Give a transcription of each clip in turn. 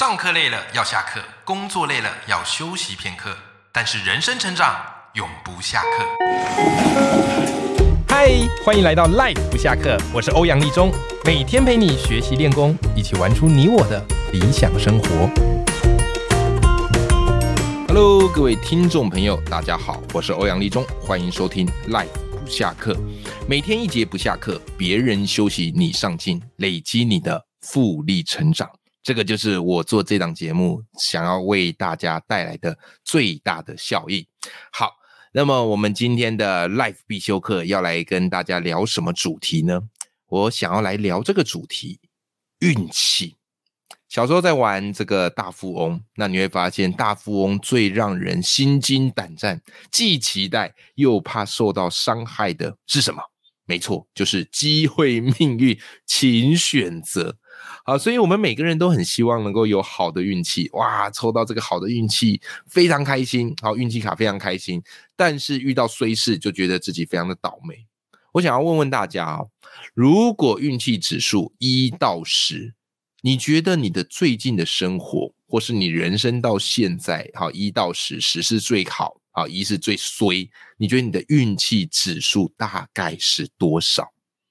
上课累了要下课，工作累了要休息片刻，但是人生成长永不下课。嗨，欢迎来到 Life 不下课，我是欧阳立中，每天陪你学习练功，一起玩出你我的理想生活。Hello， 各位听众朋友，大家好，我是欧阳立中，欢迎收听 Life 不下课，每天一节不下课，别人休息你上进，累积你的复利成长。这个就是我做这档节目想要为大家带来的最大的效益。好，那么我们今天的 Life 必修课要来跟大家聊什么主题呢？我想要来聊这个主题，运气。小时候在玩这个大富翁，那你会发现大富翁最让人心惊胆战，既期待又怕受到伤害的是什么？没错，就是机会、命运，请选择。好，所以我们每个人都很希望能够有好的运气，哇，抽到这个好的运气非常开心，好，运气卡非常开心，但是遇到衰事就觉得自己非常的倒霉。我想要问问大家如果运气指数1到10，你觉得你的最近的生活或是你人生到现在，好，1到10， 10是最好，好，1是最衰，你觉得你的运气指数大概是多少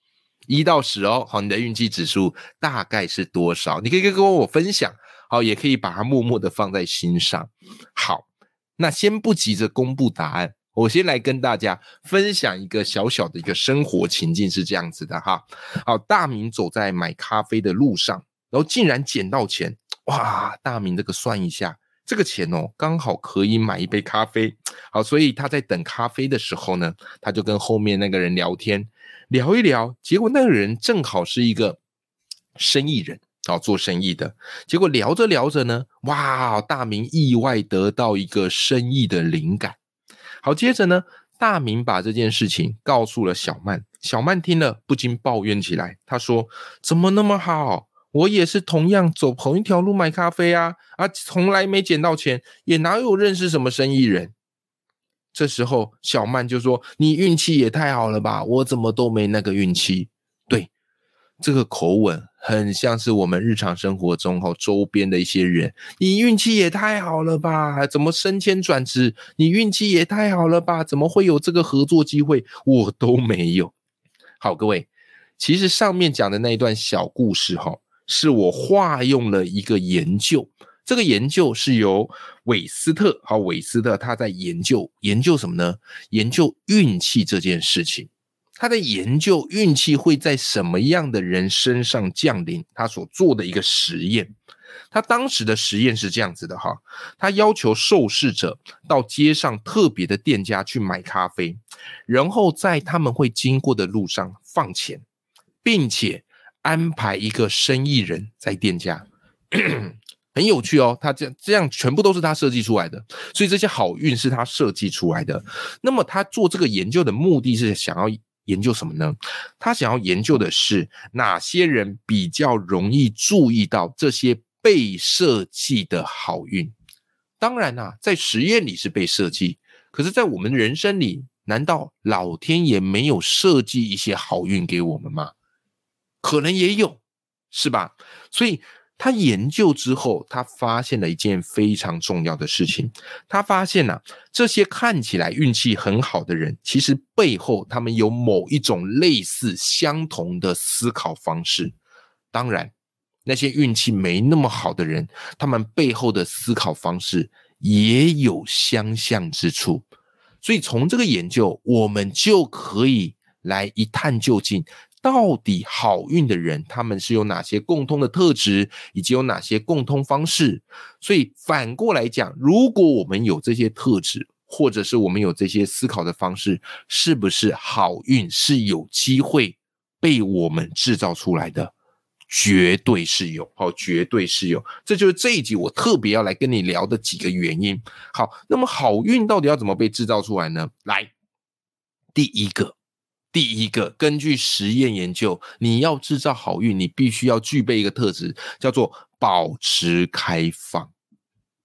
？1到10哦，好，你的运气指数大概是多少？你可以跟我分享，好，也可以把它默默的放在心上。好，那先不急着公布答案，我先来跟大家分享一个小小的一个生活情境是这样子的哈。好，大明走在买咖啡的路上，然后竟然捡到钱，哇，大明这个算一下，这个钱刚好可以买一杯咖啡。好，所以他在等咖啡的时候呢，他就跟后面那个人聊天，聊一聊，结果那个人正好是一个生意人，做生意的。结果聊着聊着呢，哇，大明意外得到一个生意的灵感。好，接着呢，大明把这件事情告诉了小曼，小曼听了不禁抱怨起来，他说：怎么那么好？我也是同样走同一条路买咖啡啊，从来没捡到钱，也哪有认识什么生意人。这时候小曼就说：你运气也太好了吧，我怎么都没那个运气。对，这个口吻很像是我们日常生活中周边的一些人，你运气也太好了吧，怎么升迁转职，你运气也太好了吧，怎么会有这个合作机会，我都没有。好，各位，其实上面讲的那一段小故事是我化用了一个研究，这个研究是由韦斯特他在研究什么呢？研究运气这件事情。他在研究运气会在什么样的人身上降临，他所做的一个实验。他当时的实验是这样子的他要求受试者到街上特别的店家去买咖啡，然后在他们会经过的路上放钱，并且安排一个生意人在店家。很有趣他这样全部都是他设计出来的，所以这些好运是他设计出来的。那么他做这个研究的目的是想要研究什么呢？他想要研究的是哪些人比较容易注意到这些被设计的好运。当然在实验里是被设计，可是在我们人生里，难道老天爷没有设计一些好运给我们吗？可能也有，是吧？所以他研究之后，他发现了一件非常重要的事情。他发现这些看起来运气很好的人，其实背后他们有某一种类似相同的思考方式。当然，那些运气没那么好的人，他们背后的思考方式也有相像之处。所以从这个研究，我们就可以来一探究竟，到底好运的人他们是有哪些共通的特质，以及有哪些共通方式。所以反过来讲，如果我们有这些特质，或者是我们有这些思考的方式，是不是好运是有机会被我们制造出来的？绝对是有，绝对是有。这就是这一集我特别要来跟你聊的几个原因。好，那么好运到底要怎么被制造出来呢？来，第一个，根据实验研究，你要制造好运，你必须要具备一个特质，叫做保持开放。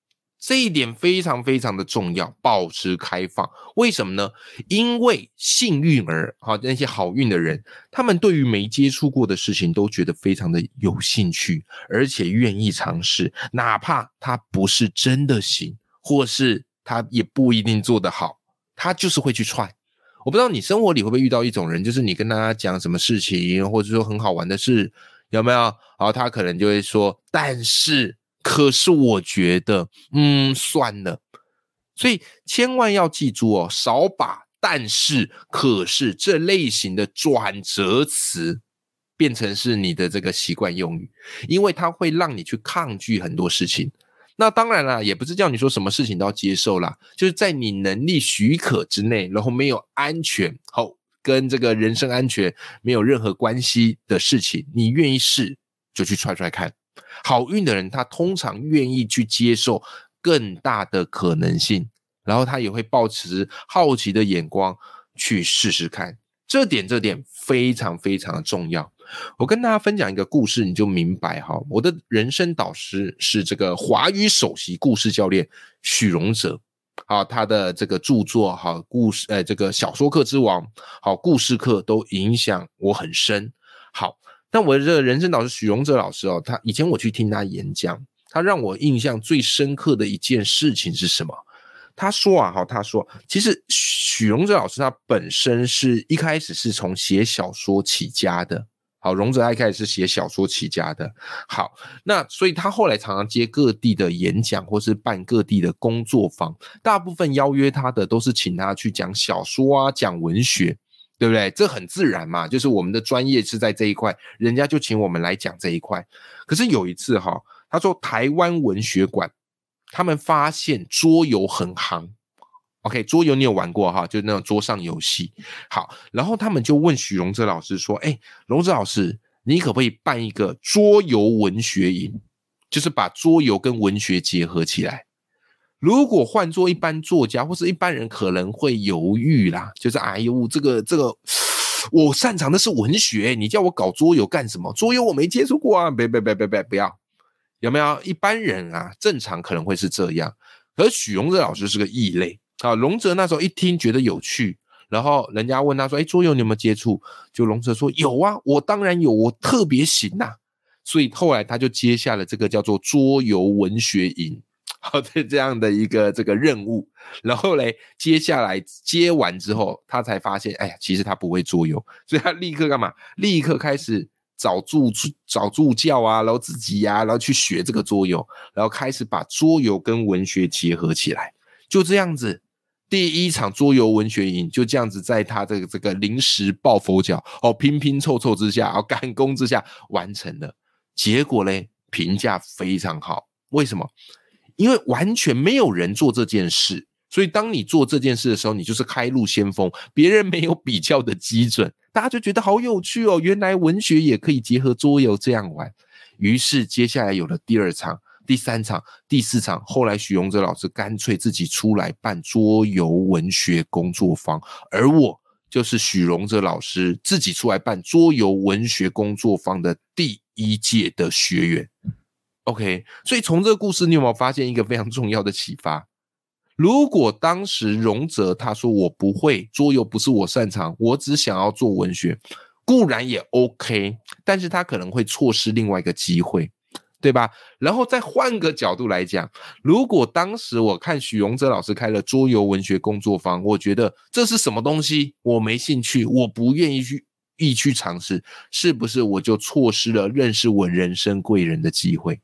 这一点非常非常的重要，保持开放。为什么呢？因为幸运儿那些好运的人，他们对于没接触过的事情都觉得非常的有兴趣，而且愿意尝试，哪怕他不是真的行，或是他也不一定做得好，他就是会去try。我不知道你生活里会不会遇到一种人，就是你跟他讲什么事情，或者说很好玩的事，有没有？然后他可能就会说，可是我觉得算了。所以千万要记住哦，少把但是可是这类型的转折词变成是你的这个习惯用语，因为它会让你去抗拒很多事情。那当然啦，也不是叫你说什么事情都要接受啦，就是在你能力许可之内，然后没有安全跟这个人身安全没有任何关系的事情，你愿意试就去try看。好运的人他通常愿意去接受更大的可能性，然后他也会抱持好奇的眼光去试试看。这点非常非常的重要。我跟大家分享一个故事，你就明白我的人生导师是这个华语首席故事教练许荣哲。他的这个著作这个小说课之王故事课都影响我很深。那我的这个人生导师许荣哲老师他以前我去听他演讲，他让我印象最深刻的一件事情是什么？他说其实许荣哲老师他本身是一开始是从写小说起家的。荣哲他一开始是写小说起家的。那所以他后来常常接各地的演讲或是办各地的工作坊，大部分邀约他的都是请他去讲小说讲文学，对不对？这很自然嘛，就是我们的专业是在这一块，人家就请我们来讲这一块。可是有一次他说台湾文学馆他们发现桌游很行。OK， 桌游你有玩过就是那种桌上游戏。然后他们就问许荣哲老师说，荣哲老师，你可不可以办一个桌游文学营，就是把桌游跟文学结合起来。如果换做一般作家或是一般人可能会犹豫啦，就是这个我擅长的是文学，你叫我搞桌游干什么？桌游我没接触过不要。有没有？一般人正常可能会是这样，可是许荣哲老师是个异类。荣哲那时候一听觉得有趣，然后人家问他说桌游你有没有接触？就荣哲说有啊，我当然有，我特别行所以后来他就接下了这个叫做桌游文学营这样的一个这个任务。然后接下来接完之后他才发现其实他不会桌游，所以他立刻干嘛？立刻开始找助教然后自己然后去学这个桌游，然后开始把桌游跟文学结合起来。就这样子，第一场桌游文学营就这样子在他这个临时抱佛脚拼拼凑凑之下赶工之下完成了。结果评价非常好。为什么？因为完全没有人做这件事，所以当你做这件事的时候，你就是开路先锋，别人没有比较的基准，大家就觉得好有趣原来文学也可以结合桌游这样玩。于是接下来有了第二场、第三场、第四场，后来许荣哲老师干脆自己出来办桌游文学工作坊，而我就是许荣哲老师自己出来办桌游文学工作坊的第一届的学员。OK， 所以从这个故事你有没有发现一个非常重要的启发？如果当时荣哲他说我不会，桌游不是我擅长，我只想要做文学，固然也 OK， 但是他可能会错失另外一个机会，对吧？然后再换个角度来讲，如果当时我看许荣哲老师开了桌游文学工作坊，我觉得这是什么东西，我没兴趣，我不愿意去尝试，是不是我就错失了认识我人生贵人的机会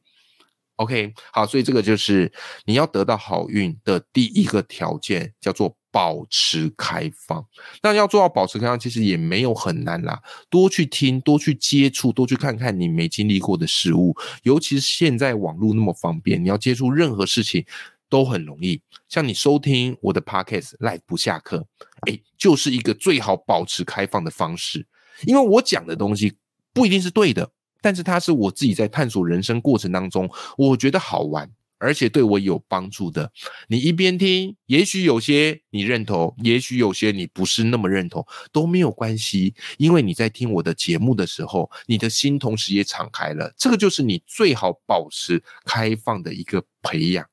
？OK， 好，所以这个就是你要得到好运的第一个条件，叫做保持开放。那要做到保持开放，其实也没有很难啦，多去听，多去接触，多去看看你没经历过的事物。尤其是现在网络那么方便，你要接触任何事情都很容易。像你收听我的 Podcast Live 不下课，就是一个最好保持开放的方式。因为我讲的东西不一定是对的，但是它是我自己在探索人生过程当中我觉得好玩而且对我有帮助的。你一边听，也许有些你认同，也许有些你不是那么认同，都没有关系，因为你在听我的节目的时候，你的心同时也敞开了，这个就是你最好保持开放的一个培养。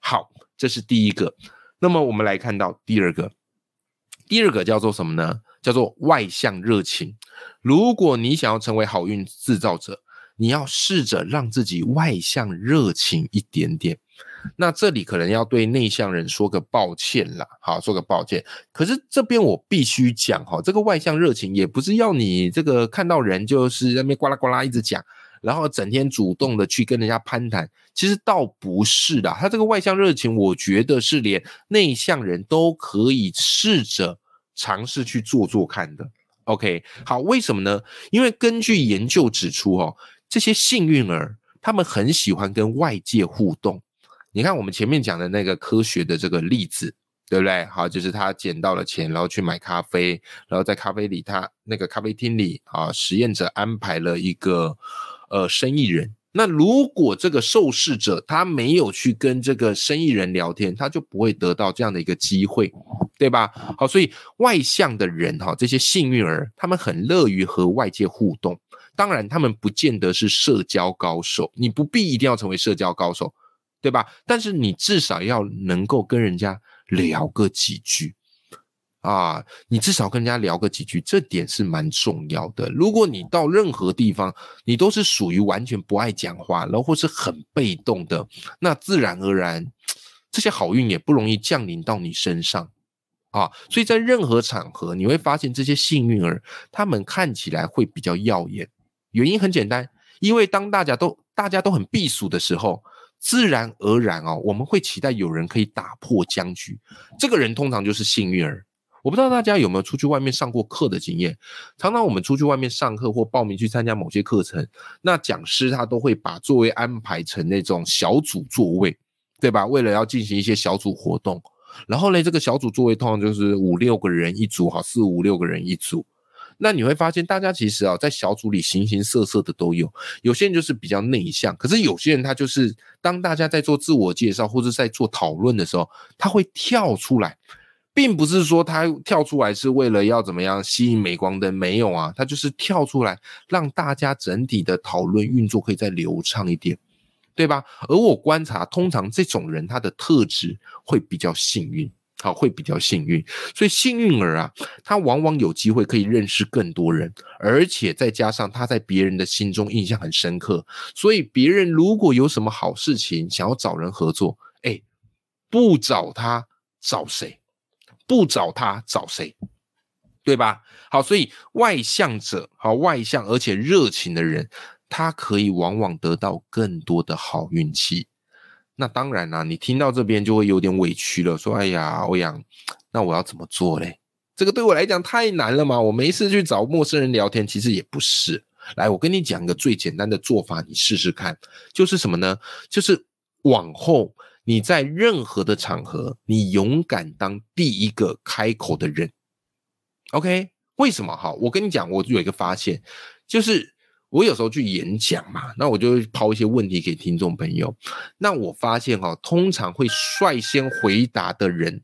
好，这是第一个。那么我们来看到第二个叫做什么呢？叫做外向热情。如果你想要成为好运制造者，你要试着让自己外向热情一点点。那这里可能要对内向人说个抱歉啦，好，说个抱歉。可是这边我必须讲这个外向热情也不是要你这个看到人就是在那边呱啦呱啦一直讲，然后整天主动的去跟人家攀谈，其实倒不是啦。他这个外向热情，我觉得是连内向人都可以试着尝试去做做看的。OK， 好，为什么呢？因为根据研究指出这些幸运儿他们很喜欢跟外界互动。你看我们前面讲的那个科学的这个例子，对不对？好，就是他捡到了钱，然后去买咖啡，然后在咖啡里他那个咖啡厅里实验者安排了一个生意人。那如果这个受试者他没有去跟这个生意人聊天，他就不会得到这样的一个机会，对吧？好，所以外向的人这些幸运儿他们很乐于和外界互动。当然他们不见得是社交高手，你不必一定要成为社交高手，对吧？但是你至少要能够跟人家聊个几句你至少跟人家聊个几句，这点是蛮重要的。如果你到任何地方你都是属于完全不爱讲话，然后或是很被动的，那自然而然这些好运也不容易降临到你身上所以在任何场合你会发现这些幸运儿他们看起来会比较耀眼。原因很简单，因为当大家都很避暑的时候，自然而然我们会期待有人可以打破僵局，这个人通常就是幸运儿。我不知道大家有没有出去外面上过课的经验，常常我们出去外面上课或报名去参加某些课程，那讲师他都会把座位安排成那种小组座位，对吧？为了要进行一些小组活动，然后呢这个小组座位通常就是5-6个人一组，4-5-6个人一组。那你会发现大家其实在小组里形形色色的都有，有些人就是比较内向，可是有些人他就是当大家在做自我介绍或者在做讨论的时候，他会跳出来，并不是说他跳出来是为了要怎么样吸引镁光灯，没有他就是跳出来让大家整体的讨论运作可以再流畅一点，对吧？而我观察通常这种人他的特质会比较幸运，会比较幸运。所以幸运儿他往往有机会可以认识更多人，而且再加上他在别人的心中印象很深刻，所以别人如果有什么好事情想要找人合作，不找他找谁？不找他找谁？对吧？好，所以外向者外向而且热情的人，他可以往往得到更多的好运气。那当然你听到这边就会有点委屈了，说哎呀欧阳，那我要怎么做嘞？这个对我来讲太难了嘛，我没事去找陌生人聊天，其实也不是。来，我跟你讲一个最简单的做法，你试试看，就是什么呢？就是往后你在任何的场合，你勇敢当第一个开口的人。 OK， 为什么？我跟你讲，我有一个发现，就是我有时候去演讲嘛，那我就会抛一些问题给听众朋友，那我发现通常会率先回答的人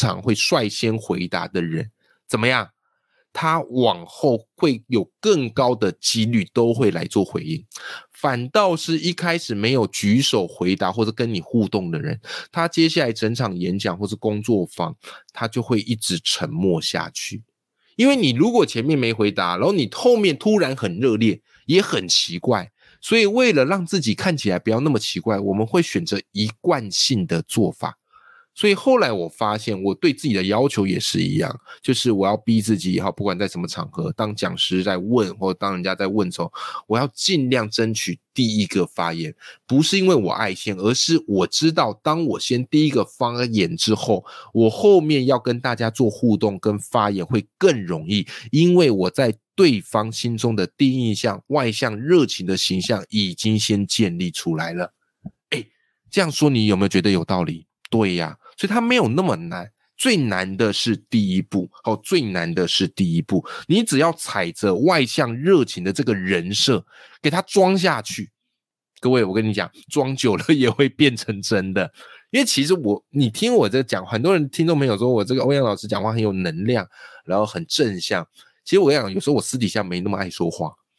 怎么样？他往后会有更高的几率都会来做回应，反倒是一开始没有举手回答或者跟你互动的人，他接下来整场演讲或是工作坊，他就会一直沉默下去。因为你如果前面没回答，然后你后面突然很热烈，也很奇怪，所以为了让自己看起来不要那么奇怪，我们会选择一贯性的做法。所以后来我发现我对自己的要求也是一样，就是我要逼自己不管在什么场合，当讲师在问或当人家在问的时候，我要尽量争取第一个发言，不是因为我爱现，而是我知道当我先第一个发言之后，我后面要跟大家做互动跟发言会更容易，因为我在对方心中的第一印象，外向热情的形象已经先建立出来了。这样说你有没有觉得有道理？对呀，所以它没有那么难，最难的是第一步，最难的是第一步，你只要踩着外向热情的这个人设给它装下去。各位我跟你讲，装久了也会变成真的。因为其实你听我这讲，很多人听众朋友说我这个欧阳老师讲话很有能量，然后很正向，其实我跟你讲，有时候我私底下没那么爱说话，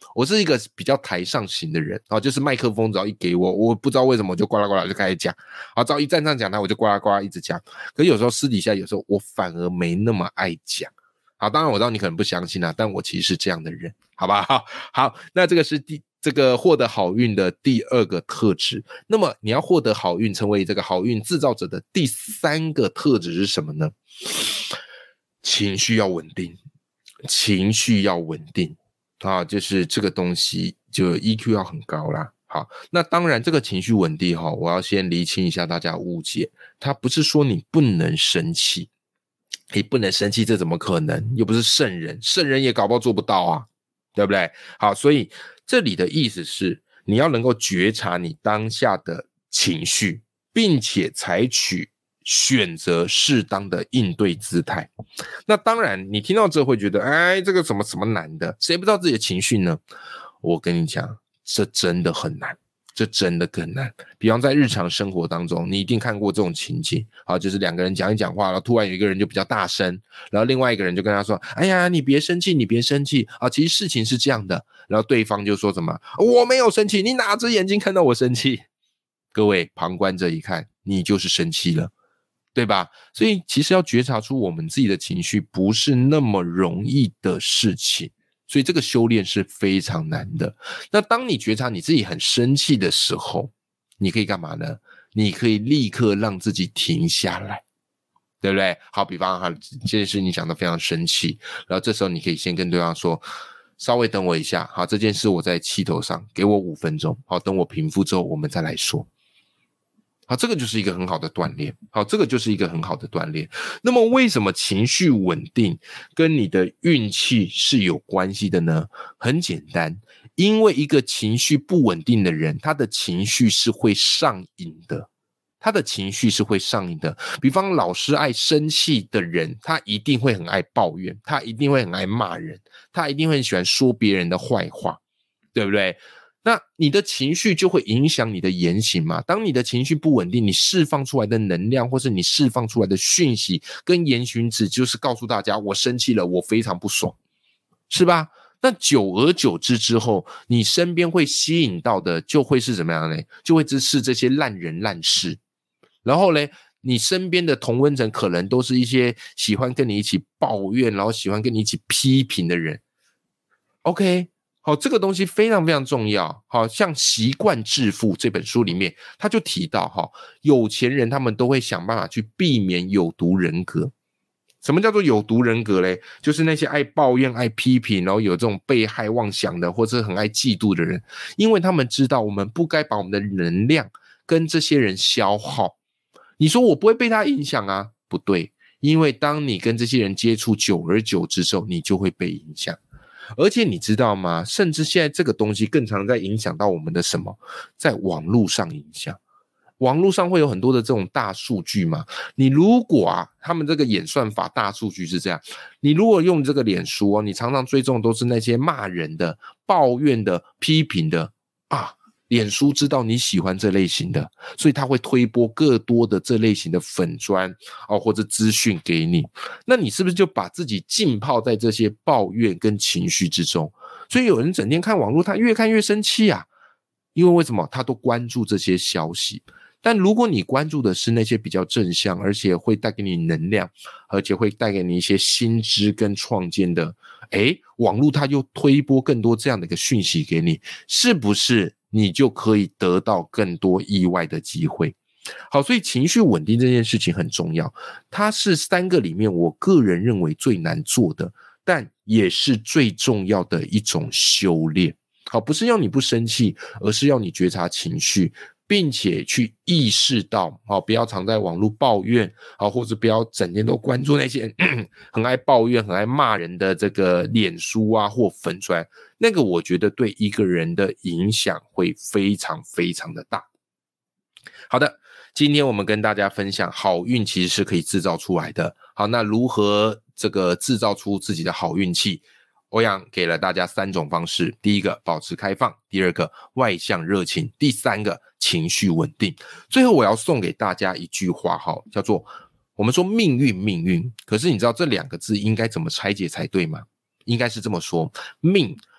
我是一个比较台上型的人，就是麦克风只要一给我，我不知道为什么我就呱啦呱啦就开始讲，只要一站上讲台我就呱啦呱啦一直讲。可是有时候私底下有时候我反而没那么爱讲。好，当然我知道你可能不相信但我其实是这样的人，好吧？好，那这个是这个获得好运的第2个特质。那么你要获得好运，成为这个好运制造者的第3个特质是什么呢？情绪要稳定，情绪要稳定就是这个东西就 EQ 要很高啦。好，那当然这个情绪稳定我要先厘清一下大家误解，它不是说你不能生气，你不能生气，这怎么可能？又不是圣人，圣人也搞不好做不到啊，对不对？好，所以这里的意思是你要能够觉察你当下的情绪，并且采取选择适当的应对姿态。那当然你听到这会觉得这个什么难的，谁不知道自己的情绪呢？我跟你讲，这真的很难，这真的更难。比方在日常生活当中，你一定看过这种情景，就是2个人讲一讲话，然后突然有一个人就比较大声，然后另外一个人就跟他说，哎呀，你别生气，你别生气其实事情是这样的。然后对方就说什么，我没有生气，你哪只眼睛看到我生气？各位旁观者一看，你就是生气了，对吧？所以其实要觉察出我们自己的情绪不是那么容易的事情，所以这个修炼是非常难的。那当你觉察你自己很生气的时候，你可以干嘛呢？你可以立刻让自己停下来，对不对？好，比方这件事你讲得非常生气，然后这时候你可以先跟对方说，稍微等我一下，好，这件事我在气头上，给我5分钟，好，等我平复之后我们再来说。好，这个就是一个很好的锻炼。好，这个就是一个很好的锻炼。那么为什么情绪稳定跟你的运气是有关系的呢？很简单，因为一个情绪不稳定的人，他的情绪是会上瘾的。他的情绪是会上瘾的。比方老是爱生气的人，他一定会很爱抱怨，他一定会很爱骂人，他一定会很喜欢说别人的坏话，对不对？那你的情绪就会影响你的言行嘛。当你的情绪不稳定，你释放出来的能量或是你释放出来的讯息跟言行值就是告诉大家，我生气了，我非常不爽，是吧？那久而久之之后，你身边会吸引到的就会是怎么样呢？就会是这些烂人烂事。然后呢，你身边的同温层可能都是一些喜欢跟你一起抱怨，然后喜欢跟你一起批评的人。OK， 好，这个东西非常非常重要。好，像《习惯致富》这本书里面，他就提到有钱人他们都会想办法去避免有毒人格。什么叫做有毒人格嘞？就是那些爱抱怨、爱批评，然后有这种被害妄想的，或者很爱嫉妒的人，因为他们知道我们不该把我们的能量跟这些人消耗。你说我不会被他影响啊？不对，因为当你跟这些人接触久而久之之后，你就会被影响。而且你知道吗？甚至现在这个东西更常在影响到我们的什么？在网络上影响。网络上会有很多的这种大数据嘛，你如果他们这个演算法大数据是这样，你如果用这个脸书你常常追踪都是那些骂人的、抱怨的、批评的脸书知道你喜欢这类型的，所以他会推播更多的这类型的粉专或者资讯给你，那你是不是就把自己浸泡在这些抱怨跟情绪之中？所以有人整天看网络，他越看越生气因为为什么？他都关注这些消息。但如果你关注的是那些比较正向，而且会带给你能量，而且会带给你一些新知跟创建的，网络它又推播更多这样的一个讯息给你，是不是你就可以得到更多意外的机会？好，所以情绪稳定这件事情很重要，它是3个里面我个人认为最难做的，但也是最重要的一种修炼。好，不是要你不生气，而是要你觉察情绪，并且去意识到不要常在网络抱怨或者不要整天都关注那些很爱抱怨很爱骂人的这个脸书或粉专，那个我觉得对一个人的影响会非常非常的大。好的，今天我们跟大家分享好运其实是可以制造出来的。好，那如何这个制造出自己的好运气？欧阳给了大家3种方式，第一个保持开放，第二个外向热情，第3个情绪稳定。最后我要送给大家一句话叫做我们说命运，可是你知道这2个字应该怎么拆解才对吗？应该是这么说，命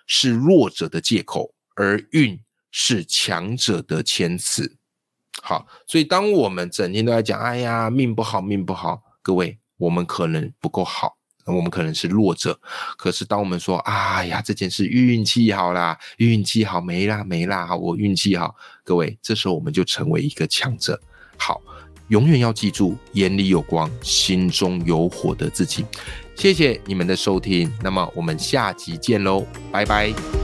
是弱者的借口，而运是强者的谦辞。好，所以当我们整天都在讲，哎呀，命不好，命不好，各位，我们可能不够好，我们可能是弱者。可是当我们说，哎呀，这件事运气好啦，运气好，没啦，我运气好，各位，这时候我们就成为一个强者。好，永远要记住，眼里有光，心中有火的自己。谢谢你们的收听，那么我们下集见喽，拜拜。